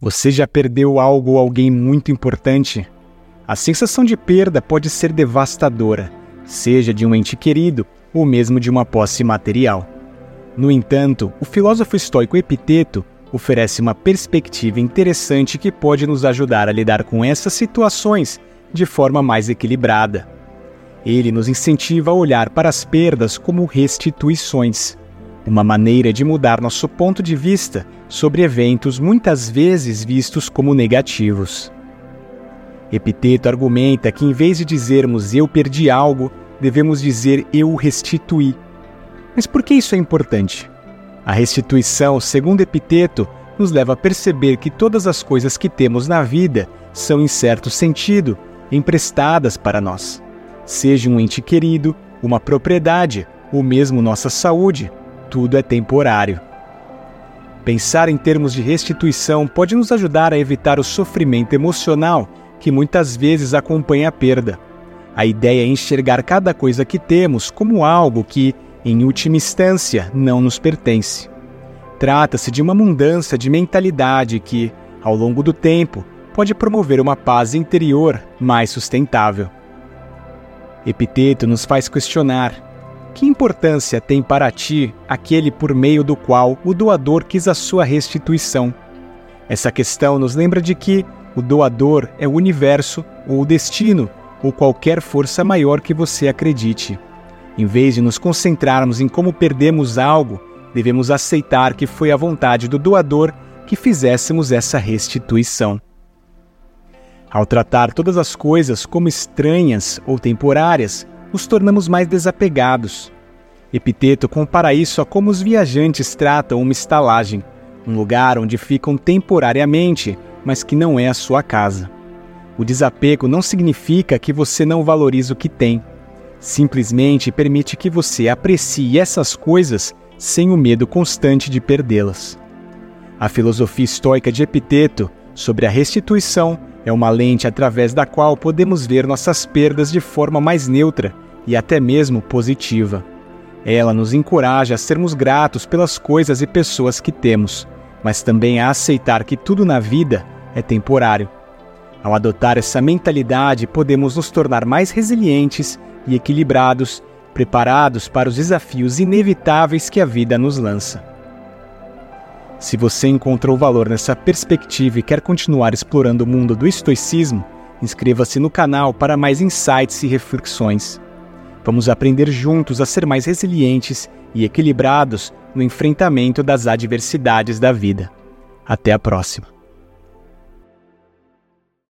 Você já perdeu algo ou alguém muito importante? A sensação de perda pode ser devastadora, seja de um ente querido ou mesmo de uma posse material. No entanto, o filósofo estoico Epiteto oferece uma perspectiva interessante que pode nos ajudar a lidar com essas situações de forma mais equilibrada. Ele nos incentiva a olhar para as perdas como restituições, uma maneira de mudar nosso ponto de vista sobre eventos muitas vezes vistos como negativos. Epiteto argumenta que em vez de dizermos eu perdi algo, devemos dizer eu restituí. Mas por que isso é importante? A restituição, segundo Epiteto, nos leva a perceber que todas as coisas que temos na vida são, em certo sentido, emprestadas para nós. Seja um ente querido, uma propriedade ou mesmo nossa saúde, tudo é temporário. Pensar em termos de restituição pode nos ajudar a evitar o sofrimento emocional que muitas vezes acompanha a perda. A ideia é enxergar cada coisa que temos como algo que, em última instância, não nos pertence. Trata-se de uma mudança de mentalidade que, ao longo do tempo, pode promover uma paz interior mais sustentável. Epiteto nos faz questionar: que importância tem para ti aquele por meio do qual o doador quis a sua restituição? Essa questão nos lembra de que o doador é o universo ou o destino ou qualquer força maior que você acredite. Em vez de nos concentrarmos em como perdemos algo, devemos aceitar que foi a vontade do doador que fizéssemos essa restituição. Ao tratar todas as coisas como estranhas ou temporárias, nos tornamos mais desapegados. Epiteto compara isso a como os viajantes tratam uma estalagem, um lugar onde ficam temporariamente, mas que não é a sua casa. O desapego não significa que você não valoriza o que tem. Simplesmente permite que você aprecie essas coisas sem o medo constante de perdê-las. A filosofia estoica de Epiteto sobre a restituição é uma lente através da qual podemos ver nossas perdas de forma mais neutra e até mesmo positiva. Ela nos encoraja a sermos gratos pelas coisas e pessoas que temos, mas também a aceitar que tudo na vida é temporário. Ao adotar essa mentalidade, podemos nos tornar mais resilientes e equilibrados, preparados para os desafios inevitáveis que a vida nos lança. Se você encontrou valor nessa perspectiva e quer continuar explorando o mundo do estoicismo, inscreva-se no canal para mais insights e reflexões. Vamos aprender juntos a ser mais resilientes e equilibrados no enfrentamento das adversidades da vida. Até a próxima!